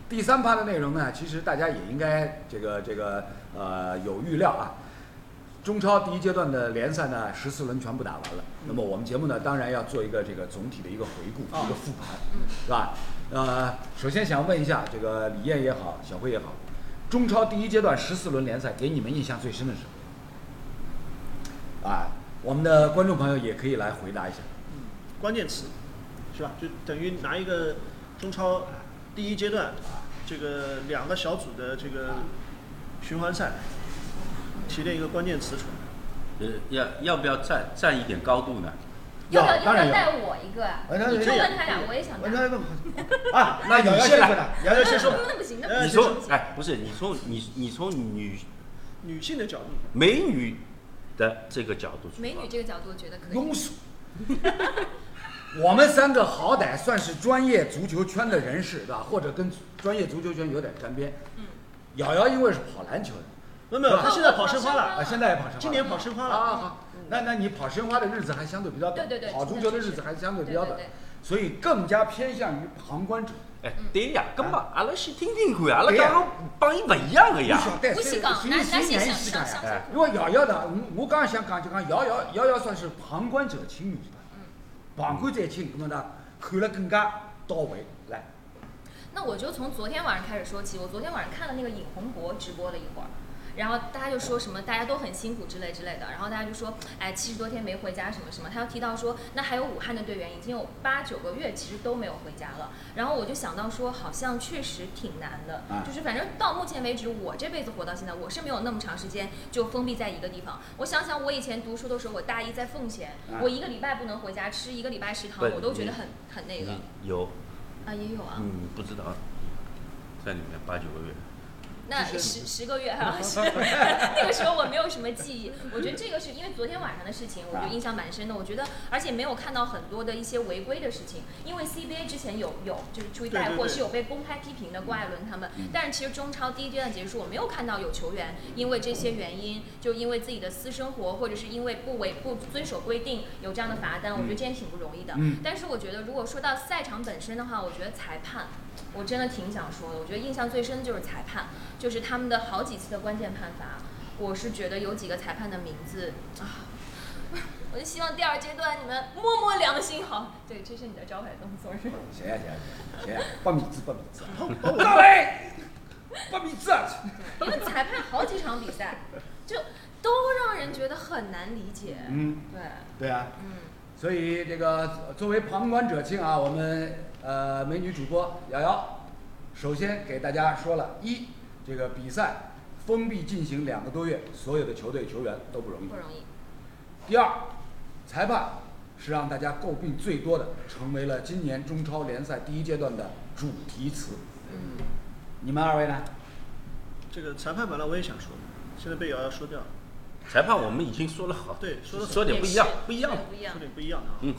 第3趴的内容呢，其实大家也应该有预料啊。中超第1阶段的联赛呢，14轮全部打完了。那么我们节目呢，当然要做一个总体的一个回顾，一个复盘，是吧？首先想问一下这个李艳也好，小辉也好，中超第1阶段14轮联赛给你们印象最深的是什么？我们的观众朋友也可以来回答一下。 关键词是吧？就等于拿一个中超第1阶段这个2个小组的这个循环赛，提炼一个关键词出来。要不要占一点高度呢？ 要带我一个啊？你就问他俩，我也想答。 那瑶瑶先说呢？瑶瑶先说。 那不行， 你说，不是，你从女性的角度， 美女的这个角度出发。 美女这个角度觉得可以。 庸俗。我们3个好歹算是专业足球圈的人士，对吧？或者跟专业足球圈有点沾边。瑶瑶因为是跑篮球的， 没有，她现在跑申花了现在也跑申花， 今年跑申花了。 好，那你跑申花的日子还相对比较短， 对， 跑足球的日子还相对比较短，所以更加偏向于旁观者。 对呀，根本阿拉先听听看，阿拉讲帮伊不一样的呀。 不是讲，那先想。 因为瑶瑶的，我刚刚想讲就讲瑶瑶算是旁观者清，你知道吧？旁观者清，那么呢看了更加到位。来， 那我就从昨天晚上开始说起。我昨天晚上看了那个尹洪博直播了一会儿。然后大家就说什么大家都很辛苦之类的，然后大家就说70多天没回家什么什么，他又提到说那还有武汉的队员已经有8、9个月其实都没有回家了，然后我就想到说好像确实挺难的，就是反正到目前为止我这辈子活到现在，我是没有那么长时间就封闭在一个地方。我想想我以前读书的时候，我大1在奉贤，我1个礼拜不能回家，吃1个礼拜食堂，我都觉得很那个。 有也有啊。 不知道，在里面8、9个月。 那10个月好像是那个时候我没有什么记忆。我觉得这个是因为昨天晚上的事情，我就印象蛮深的。我觉得而且没有看到很多的一些违规的事情，因为 CBA 之前有就是出于带货是有被公开批评的，郭艾伦他们。但是其实中超第1阶段结束，我没有看到有球员因为这些原因，就因为自己的私生活或者是因为不遵守规定有这样的罚单，我觉得这件挺不容易的。但是我觉得如果说到赛场本身的话，我觉得裁判。我真的挺想说的，我觉得印象最深的就是裁判，就是他们的好几次的关键判罚，我是觉得有几个裁判的名字我就希望第2阶段你们摸良心好。对，这是你的招牌动作是吧？ 行，8米字，大雷，8米字。 因为裁判好几场比赛，就都让人觉得很难理解。 对啊。所以这个作为旁观者清啊，我们美女主播瑶瑶，首先给大家说了这个比赛封闭进行2个多月，所有的球队球员都不容易。第2，裁判是让大家诟病最多的，成为了今年中超联赛第1阶段的主题词。你们2位呢？ 这个裁判本来我也想说，现在被瑶瑶说掉了。 裁判我们已经说了好， 对， 说点不一样， 说点不一样啊。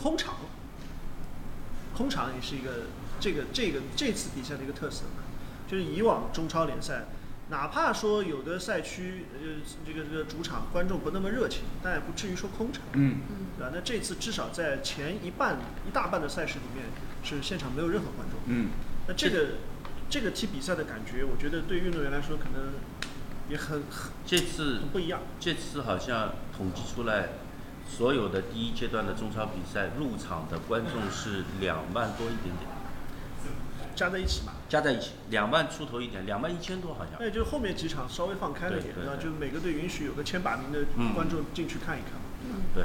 空场也是一个这次比赛的一个特色，就是以往中超联赛，哪怕说有的赛区这个主场观众不那么热情，但也不至于说空场，对吧？那这次至少在前一大半的赛事里面是现场没有任何观众，那这个踢比赛的感觉，我觉得对运动员来说可能也很不一样。 这次好像统计出来，所有的第1阶段的中超比赛入场的观众是2万多一点点， 加在一起 2万出头一点，2万1000多好像。 那就是后面几场稍微放开了一点，对吧？就每个队允许有个千把名的观众进去看一看。 对。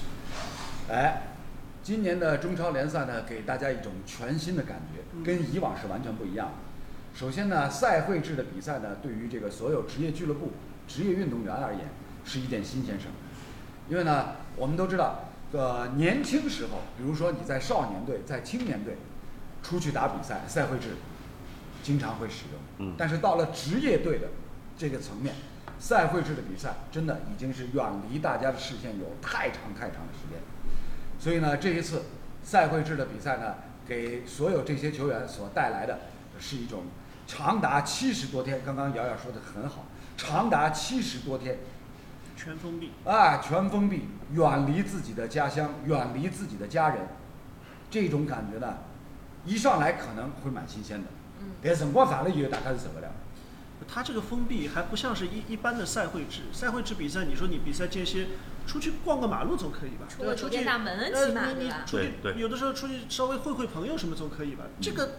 今年的中超联赛呢，给大家一种全新的感觉，跟以往是完全不一样的。首先呢，赛会制的比赛呢，对于这个所有职业俱乐部、职业运动员而言是一件新鲜事。因为呢，我们都知道，年轻时候，比如说你在少年队、在青年队出去打比赛，赛会制经常会使用。但是到了职业队的这个层面，赛会制的比赛真的已经是远离大家的视线有太长的时间。所以呢，这一次赛会制的比赛呢，给所有这些球员所带来的是一种长达70多天，刚刚瑶瑶说的很好，长达70多天， 全封闭，远离自己的家乡，远离自己的家人，这种感觉呢，一上来可能会蛮新鲜的， 但辰光长了以后，大家是受不了。 它这个封闭还不像是一般的赛会制，赛会制比赛，你说你比赛间歇出去逛个马路总可以吧？ 出个酒店大门起码对吧？ 你有的时候出去稍微会朋友什么总可以吧？这个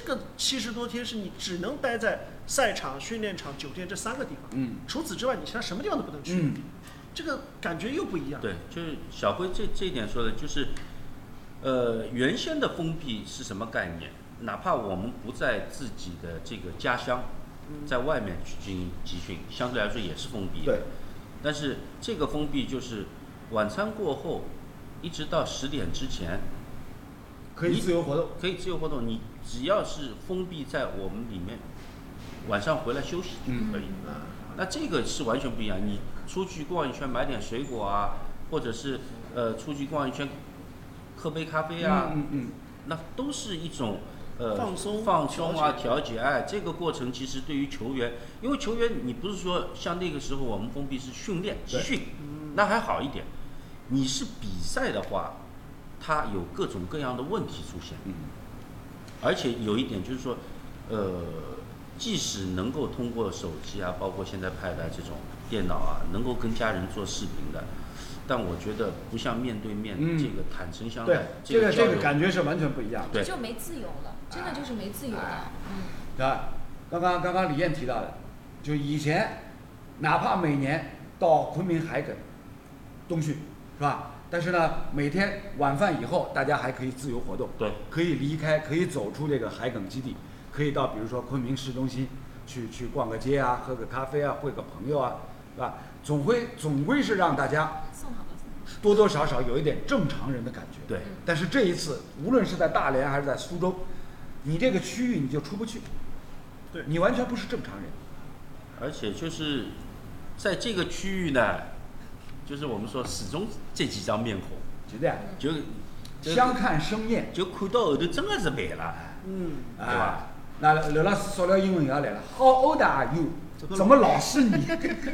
70多天是你只能待在赛场、训练场、酒店这3个地方，除此之外你其他什么地方都不能去，这个感觉又不一样。 对，就是小辉这一点说的，就是原先的封闭是什么概念？哪怕我们不在自己的这个家乡，在外面去进行集训，相对来说也是封闭的。 对。 但是这个封闭就是晚餐过后，一直到10点之前， 可以自由活动。 可以自由活动，你只要是封闭在我们里面，晚上回来休息就可以。那这个是完全不一样。你出去逛一圈，买点水果啊，或者是出去逛一圈，喝杯咖啡啊，那都是一种。放松啊，调节。这个过程其实对于球员，因为球员你不是说像那个时候我们封闭是训练集训，那还好一点。你是比赛的话，它有各种各样的问题出现。而且有一点就是说，即使能够通过手机啊，包括现在派的这种电脑啊，能够跟家人做视频的。但我觉得不像面对面这个坦诚相待， 这个感觉是完全不一样的。 对，就没自由了，真的就是没自由了。 刚刚李燕提到的，就以前哪怕每年到昆明海埂冬训，是吧？但是呢，每天晚饭以后，大家还可以自由活动， 对， 可以离开，可以走出这个海埂基地，可以到比如说昆明市中心去逛个街啊，喝个咖啡啊，会个朋友啊，是吧？总归是让大家多多少少有一点正常人的感觉。 对。 但是这一次，无论是在大连还是在苏州，你这个区域你就出不去。 对。 你完全不是正常人。 而且就是在这个区域呢，就是我们说始终这几张面孔， 就这样， 就相看生厌， 就看到后头真的是白了。对吧？ 那刘老师说了英文也要来了 ，How old are you？ 怎么老是你？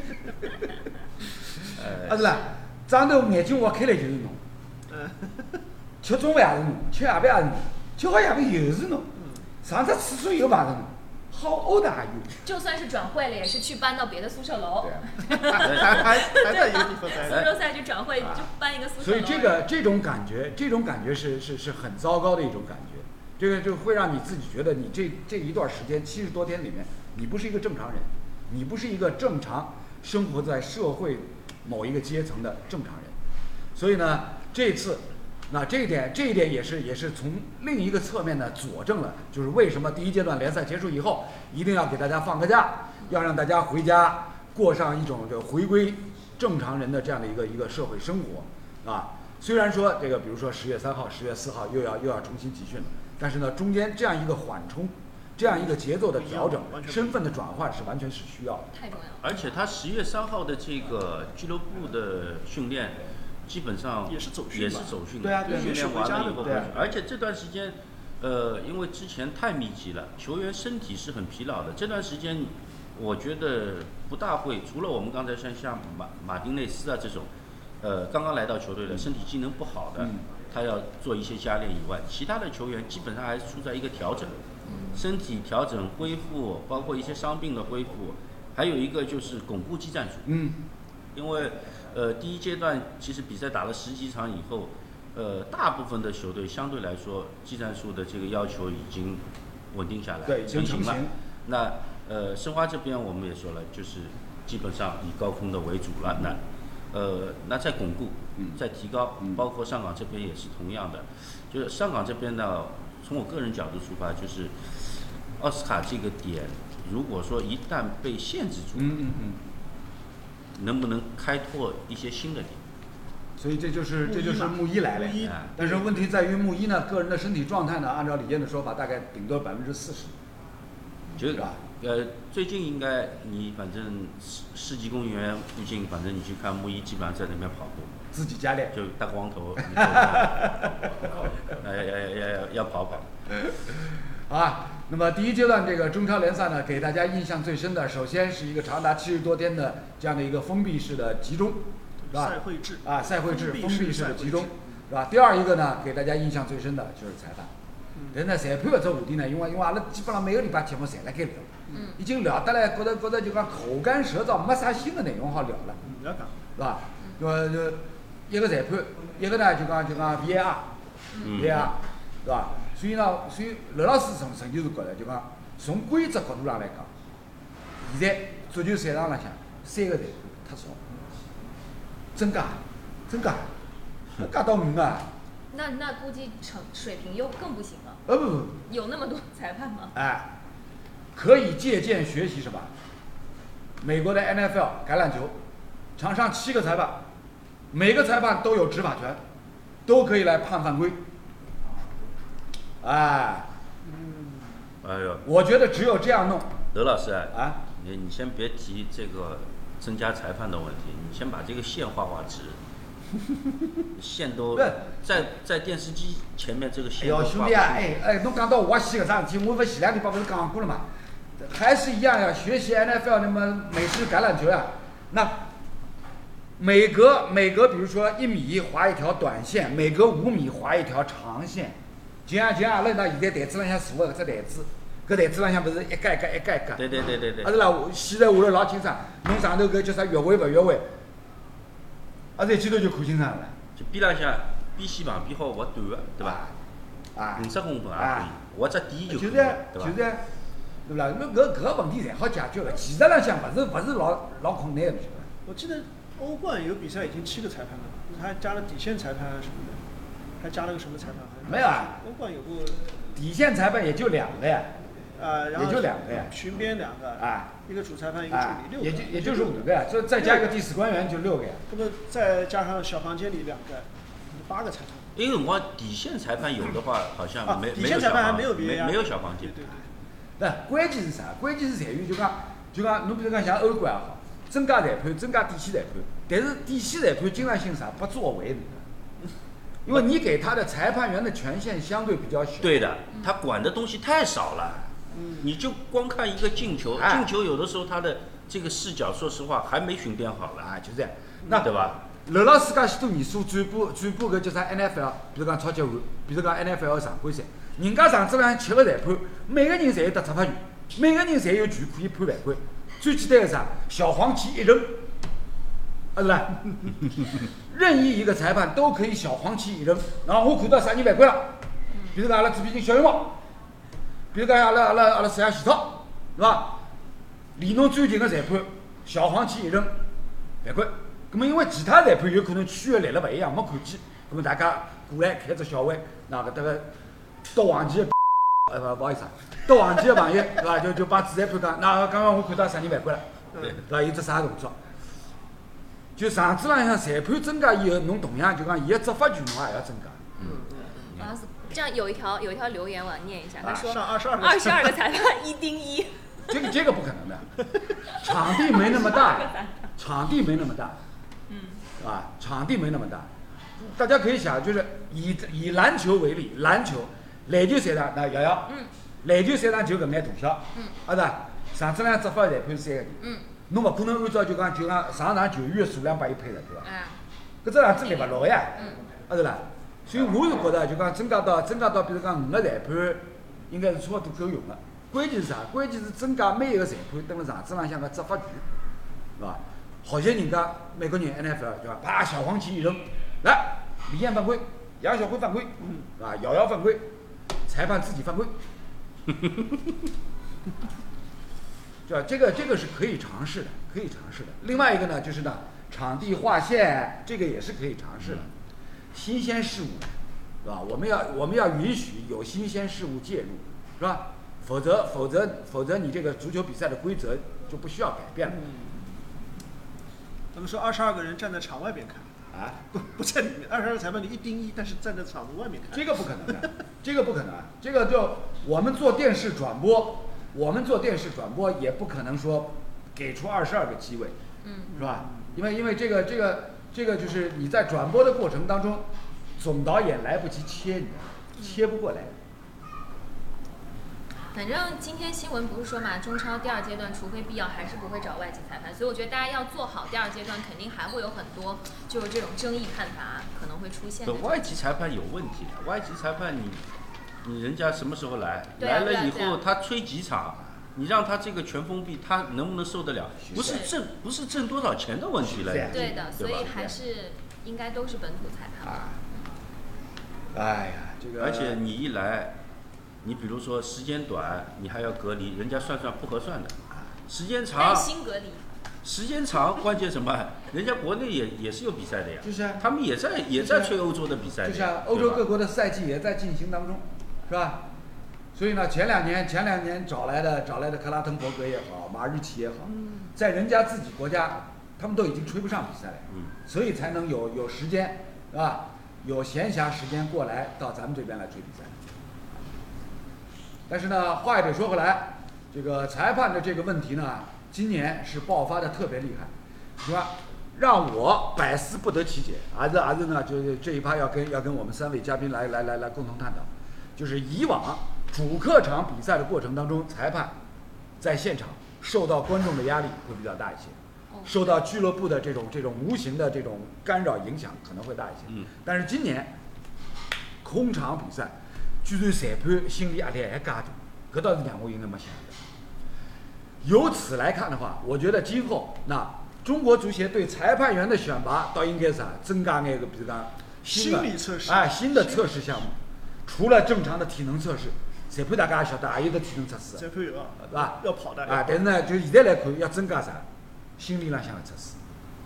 是啦，长头眼睛挖开来就是侬，吃中饭也是侬，吃夜饭也是侬，吃好夜饭又是侬，上厕所又碰着侬。How old are you？ 就算是转会了，也是去搬到别的宿舍楼。 对啊，还在一个地方待。 苏州赛去转会就搬一个宿舍楼。 所以这种感觉是很糟糕的一种感觉。这个就会让你自己觉得你这一段时间70多天里面，你不是一个正常人，你不是一个正常生活在社会某一个阶层的正常人。所以呢，这次，那这一点也是从另一个侧面呢佐证了，就是为什么第一阶段联赛结束以后，一定要给大家放个假，要让大家回家过上一种就回归正常人的这样的一个社会生活啊。虽然说这个比如说10月3号、10月4号又要重新集训了。但是呢，中间这样一个缓冲，这样一个节奏的调整，身份的转换是完全是需要的， 太重要了。 而且他10月3号的这个俱乐部的训练，基本上也是走训， 对啊， 训练完了以后，而且这段时间，因为之前太密集了，球员身体是很疲劳的。这段时间，我觉得不大会，除了我们刚才像马丁内斯啊这种，刚刚来到球队的，身体机能不好的。他要做一些加练以外，其他的球员基本上还是处在一个调整，身体调整恢复，包括一些伤病的恢复，还有一个就是巩固技战术。因为第一阶段其实比赛打了10几场以后，大部分的球队相对来说技战术的这个要求已经稳定下来， 对， 成型了。那申花这边我们也说了，就是基本上以高空的为主了。那在巩固，在提高，包括上港这边也是同样的。就是上港这边呢，从我个人角度出发，就是奥斯卡这个点，如果说一旦被限制住，能不能开拓一些新的点？ 所以这就是穆伊来了。但是问题在于穆伊呢，个人的身体状态呢，按照李燕的说法，大概顶多40%， 就是吧？最近应该你反正世纪公园附近，反正你去看穆伊，基本上在那边跑步， 自己加练， 就大光头，要跑。 啊，那么第一阶段这个中超联赛呢，给大家印象最深的，首先是一个长达70多天的这样的一个封闭式的集中，是吧？ 赛会制封闭式的集中，是吧？第二一个呢，给大家印象最深的就是裁判， 但是呢，裁判搿只话题呢，因为阿拉基本上每个礼拜节目侪辣盖聊，已经聊得来，觉得就讲口干舌燥，没啥新的内容好聊了， 不要讲， 是吧？就一个裁判，一个呢就讲 VAR，对吧？所以刘老师曾经是觉得，就讲从规则角度上来讲，现在足球赛场浪向3个裁判太少，增加，加到5个。 那估计水平又更不行了。 不， 有那么多裁判吗？ 哎，可以借鉴学习什么？美国的 NFL 橄榄球，场上7个裁判，每个裁判都有执法权，都可以来判犯规。哎， 哎呦， 我觉得只有这样弄。 刘老师啊， 你先别提这个增加裁判的问题，你先把这个线画直。线都在电视机前面这个线。哎呦，兄弟啊，侬讲到我西搿桩事体，我不前2天不是讲过了嘛？还是一样呀，学习 NFL 那么美式橄榄球呀，那每隔比如说1米划一条短线，每隔5米划一条长线，就像阿拉那现在台子浪向坐的搿只台子，搿台子浪向不是一格。 对。 啊是啦，现在下头老清爽，侬上头搿叫啥越位勿越位？一记头就看清爽了。 就边浪向边线旁边好划短个，对伐？50公分也可以，划只点就可以，对伐？对伐？ 侬搿个问题侪好解决个，技术浪向勿是老困难个。 我记得欧冠有比赛已经7个裁判了，还加了底线裁判什么的，还加了个什么裁判？ 没有啊。 欧冠有过底线裁判也就2个呀。 然后也就2个呀。 巡边2个。一个主裁判，一个助理，也就是5个呀，这再加一个第4官员就6个呀。 那么再加上小房间里2个，8个裁判。 那个辰光底线裁判有的话，好像底线裁判还没有没有小房间。 对。 那关键是啥？关键是在于就讲，侬比如讲像欧冠也好，增加裁判，增加底线裁判，但是底线裁判经常性啥不作为的，因为你给他的裁判员的权限相对比较小。 对的，他管的东西太少了。你就光看一个进球，进球有的时候他的这个视角，说实话还没巡边好了， 就这样，那对吧？ 刘老师介许多年数转播搿叫啥 NFL， 比如讲超级碗，比如讲 NFL 常规赛，人家场子浪7个裁判，每个人侪有得执法权，每个人侪有权可以判犯规。最简单的啥，小黄旗一扔，是啦，任意一个裁判都可以小黄旗一扔，然后我看到啥人犯规了，比如讲阿拉主编小羽毛。比如讲阿拉实验前套，是吧？离侬最近的裁判小黄旗一扔，犯规。那么因为其他裁判有可能区域立了勿一样，没看见，那么大家过来开只小会，那搿搭个到黄旗的，不好意思，到黄旗的朋友，对伐？就帮主裁判讲，那刚刚我看到啥人犯规了，对伐？有只啥动作？就场子浪向裁判增加以后，侬同样就讲伊的执法权侬也要增加。 这样有一条留言我要念一下，他说 22 个裁判1盯1。 这个不可能的，场地没那么大，场地没那么大，场地没那么大。大家可以想，就是以篮球为例，篮球赛场那瑶，篮球赛场就搿眼大小，场子浪执法裁判3个人，侬勿可能按照就讲上场球员的数量把伊配了，对伐？搿只样子立勿牢呀，是啦。所以我是觉得，就讲增加到，比如讲5个裁判，应该是差不多够用了。关键是啥？关键是增加每一个裁判蹲辣场子浪向个执法权，是吧？好像人家美国人 NFL 对吧？啪小黄旗一扔，来李艳犯规，杨晓辉犯规，是吧？瑶犯规，裁判自己犯规，对吧？这个是可以尝试的，另外一个呢，就是呢，场地划线，这个也是可以尝试的。新鲜事物，是吧？我们要允许有新鲜事物介入，是吧？否则你这个足球比赛的规则就不需要改变了。 他们说22个人站在场外边看，不在里面，22个裁判你1盯1，但是站在场子外面看。 这个不可能的，这个就我们做电视转播也不可能说给出22个机位，是吧？因为这个就是你在转播的过程当中，总导演来不及切不过来。 反正今天新闻不是说嘛，中超第2阶段除非必要还是不会找外籍裁判，所以我觉得大家要做好第2阶段，肯定还会有很多就是这种争议看法可能会出现。 外籍裁判有问题的，外籍裁判你人家什么时候来？ 对啊来了以对啊后他吹几场，你让他这个全封闭，他能不能受得了？不是挣多少钱的问题了呀。 对的，所对吧以还是应该都是本土裁判。 哎呀，这个而且你一来，你比如说时间短，你还要隔离，人家算不合算的。时间长带，薪隔离。 时间长，关键什么？人家国内也是有比赛的呀， 就是啊他们也在吹欧洲的比赛的呀， 就像欧洲各对吧国的赛季也在进行当中，是吧？所以呢，前两年找来的克拉滕伯格也好，马日奇也好，在人家自己国家，他们都已经吹不上比赛了，所以才能有时间，是吧？有闲暇时间过来到咱们这边来吹比赛。但是呢，话也得说回来，这个裁判的这个问题呢，今年是爆发的特别厉害，是吧？让我百思不得其解。还是呢，就是这一趴要跟我们3位嘉宾来共同探讨，就是以往主客场比赛的过程当中，裁判在现场受到观众的压力会比较大一些，受到俱乐部的这种无形的这种干扰影响可能会大一些。但是今年空场比赛，居然裁判心理压力还加大，搿倒是让我有点没想到。由此来看的话，我觉得今后那中国足协对裁判员的选拔倒应该是增加那个，比如讲心理测试， 新的测试项目，除了正常的体能测试，裁判大家也晓得，还有的体能测试， 裁判有啊， 是吧？ 要跑的啊，但是呢，就现在来看，要增加啥？心理上向的测试。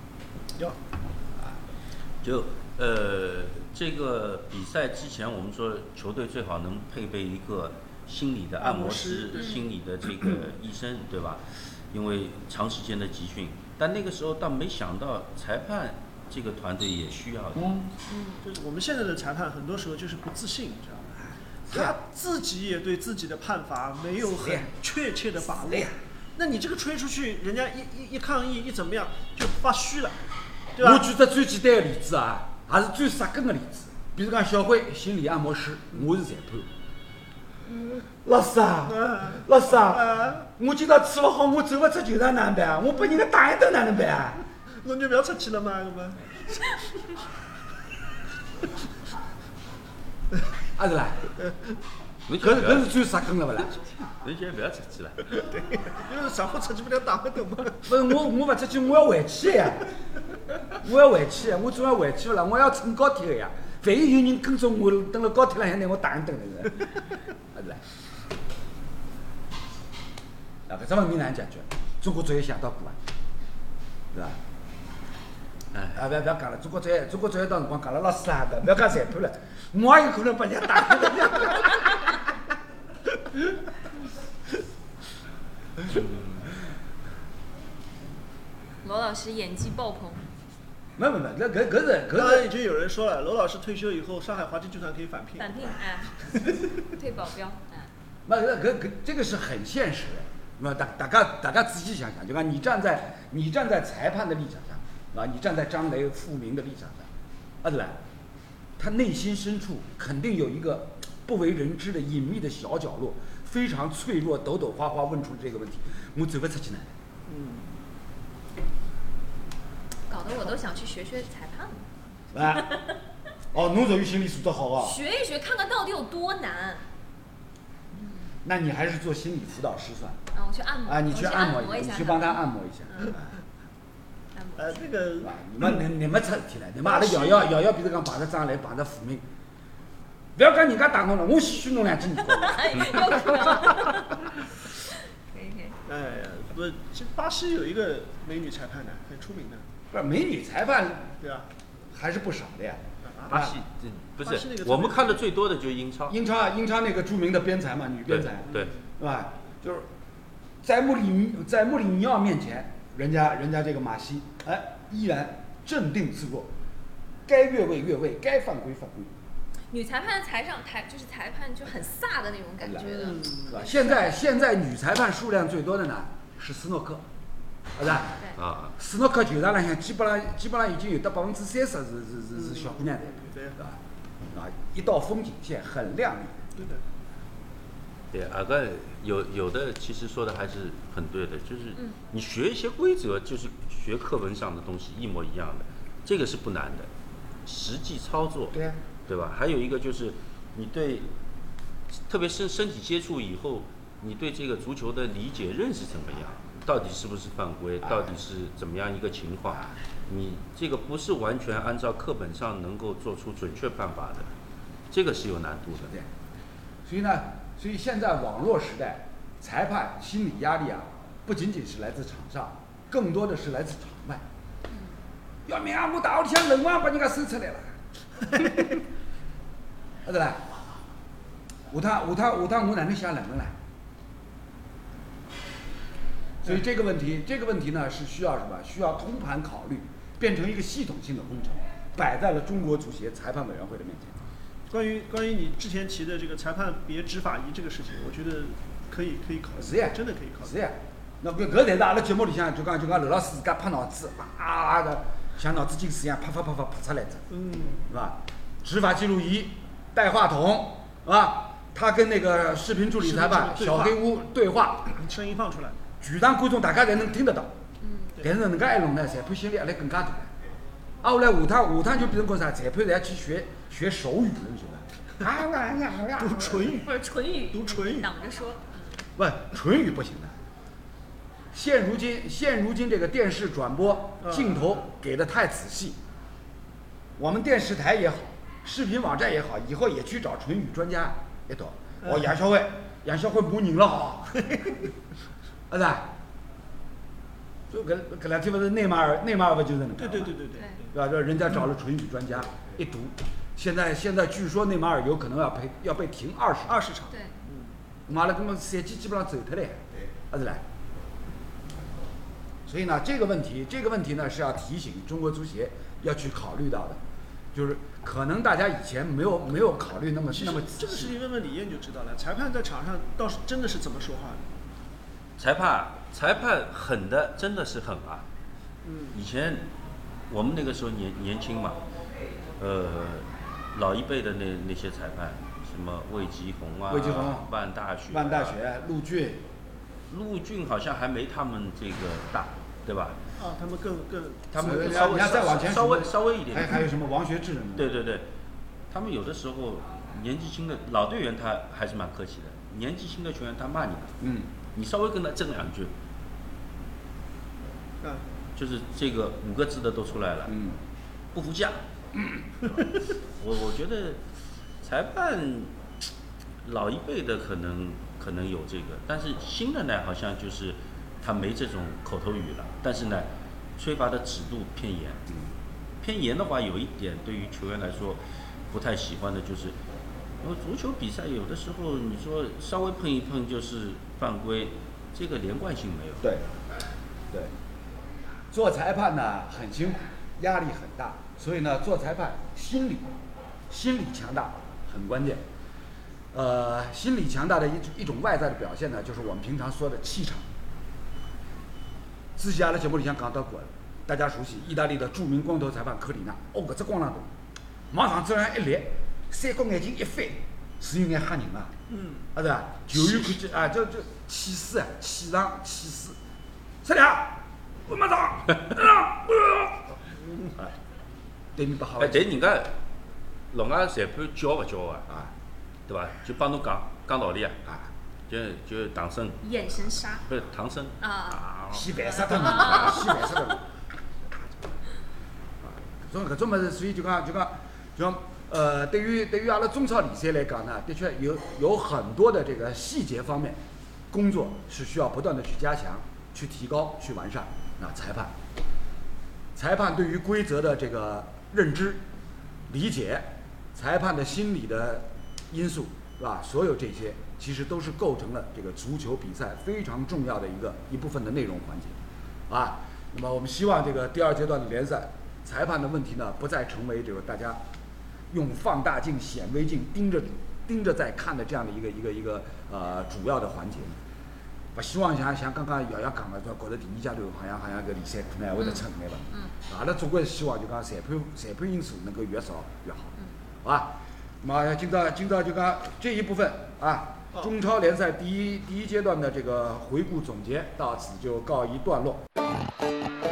这个比赛之前，我们说球队最好能配备一个心理的按摩师、心理的这个医生，对吧？因为长时间的集训，但那个时候倒没想到裁判这个团队也需要的。 就是我们现在的裁判很多时候就是不自信，你知道吗？他自己也对自己的判罚没有很确切的把握。那你这个吹出去，人家一抗议一怎么样就发虚了，对吧？ 我举个最简单的例子啊，也是最杀根的例子。比如讲小辉心理按摩师，我是裁判。老师啊，老师啊，我今朝吃不好，我走不出球场哪能办啊？我被人家打一顿哪能办啊？ 侬就不要出去了嘛，搿么？ 啊是啦，搿是最杀根了勿啦？ 人家不要出去了。 对，因为上不出去不了打不动嘛。 不是我勿出去，我要回去呀！我要回去，我总要回去了，我要乘高铁的呀。万一有人跟踪我，等了高铁浪向拿我打一顿了是？啊是啦。啊，搿只问题哪能解决？中国足协想到过啊，是吧？啊，不要讲了，中国足协到辰光讲了，老师啊，不要讲裁判了，我也有可能把人家打。 罗老师演技爆棚。 没，那搿是。 刚才已经有人说了，罗老师退休以后，上海滑稽剧团可以返聘。 返聘，哎，退保镖，哎。 那这个是很现实的。那大家仔细想想，就看你站在裁判的立场上，啊，你站在张雷、傅明的立场上，啊对吧？他内心深处肯定有一个不为人知的隐秘的小角落，非常脆弱、抖抖花花，问出这个问题，我走不出去呢。 搞得我都想去学裁判了。 啊，哦，侬属于心理素质好啊。 学一学，看看到底有多难。 那你还是做心理辅导师算了。 啊，我去按摩。 啊，你去按摩一下， 你去帮他按摩一下。 这个， 你们出事体了，你们阿拉瑶瑶，比如讲碰着张来，碰着傅明，不要讲人家打我了，我先熏侬2记耳光。 可以。 哎呀，不，这巴西有一个美女裁判的，很出名的。 不是美女裁判， 对啊， 还是不少的呀。 巴西不是我们看的最多的就是英超。英超那个著名的边裁嘛，女边裁， 对， 是吧？就是在穆里尼奥面前，人家这个马西，哎，依然镇定自若，该越位越位，该犯规犯规。 女裁判就是裁判就很飒的那种感觉的， 是吧？现在女裁判数量最多的呢是斯诺克。是吧？ 啊， 斯诺克球场浪向基本上已经有的30%是小姑娘裁判，对吧？啊，一道风景线很亮丽。 对的。 对，阿个有的其实说的还是很对的，就是你学一些规则，就是学课文上的东西一模一样的，这个是不难的，实际操作，对吧？还有一个就是你对特别是身体接触以后，你对这个足球的理解认识怎么样？到底是不是犯规？到底是怎么样一个情况？你这个不是完全按照课本上能够做出准确判罚的，这个是有难度的。 对，所以现在网络时代，裁判心理压力啊，不仅仅是来自场上，更多的是来自场外。要命啊！我大后天冷网把人家收出来了，对啦？下趟我哪能写冷门呢？所以这个问题呢是需要什么？需要通盘考虑，变成一个系统性的工程，摆在了中国足协裁判委员会的面前。 关于你之前提的这个裁判别执法仪这个事情，我觉得可以考虑， 是呀， 真的可以考虑。 是呀，那搿侪是阿拉节目里向就讲刘老师自家拍脑子的，像脑子近视一样啪出来着，是吧？执法记录仪带话筒，是吧？他跟那个视频助理裁判小黑屋对话， 声音放出来， 全场观众大家侪能听得到。但是能介一弄呢，裁判心理压力更加大。后来下趟就变成讲啥？裁判侪要去学手语了，你晓得？ 读唇语， 不是唇语， 读唇语， 挡着说。 不，唇语不行的。现如今这个电视转播镜头给的太仔细，我们电视台也好，视频网站也好，以后也去找唇语专家一道。杨小辉骂人了哈，是吧？就搿两天不是内马尔不就是那个？ 对， 对吧？这人家找了唇语专家一读，现在据说内马尔有可能要被停20场。 对。 妈了，搿么赛季基本上走脱了，是啦。所以呢，这个问题呢是要提醒中国足协要去考虑到的，就是可能大家以前没有考虑那么仔细。 这个事情问问李艳就知道了。裁判在场上倒是真的是怎么说话的？ 裁判狠的真的是狠啊！以前我们那个时候年轻嘛，老一辈的那些裁判，什么魏吉宏啊，万大学，陆俊好像还没他们这个大，对吧？ 他们他们你要再往前稍微一点。 还有什么王学志？ 对，他们有的时候年纪轻的老队员他还是蛮客气的，年纪轻的球员他骂你，你稍微跟他争2句，就是这个5个字的都出来了，不服架。我觉得裁判老一辈的可能有这个，但是新的呢，好像就是他没这种口头语了，但是呢，吹罚的尺度偏严。偏严的话，有一点对于球员来说不太喜欢的就是，因为足球比赛有的时候你说稍微碰一碰就是犯规，这个连贯性没有。 对，做裁判呢很辛苦，压力很大，所以呢，做裁判心理强大很关键。心理强大的一种外在的表现呢，就是我们平常说的气场。之前阿拉节目里向讲到过，大家熟悉意大利的著名光头裁判科里纳。搿只光浪头，往场子上一立，3角眼睛一翻，是有眼吓人啊。是吧？球员看见啊，就气势啊，气场气势。这俩，我马上，对面不好。 但人家老外裁判教不教啊？对吧？就帮侬讲道理啊！就唐僧。 眼神杀。 不是唐僧。 洗白杀的。搿种物事，所以就讲，对于阿拉中超联赛来讲呢，的确有很多的这个细节方面工作是需要不断的去加强、去提高、去完善。裁判对于规则的这个认知、理解，裁判的心理的因素，是吧？所有这些其实都是构成了这个足球比赛非常重要的一部分的内容环节，那么我们希望这个第2阶段的联赛，裁判的问题呢，不再成为这个大家用放大镜、显微镜盯着在看的这样的一个主要的环节。不希望像刚刚瑶瑶讲的，说觉得第2阶段好像搿联赛可能会得出眼了。阿拉总归希望就讲裁判因素能够越少越好，好吧？那么今朝就讲这一部分中超联赛第一阶段的这个回顾总结到此就告一段落。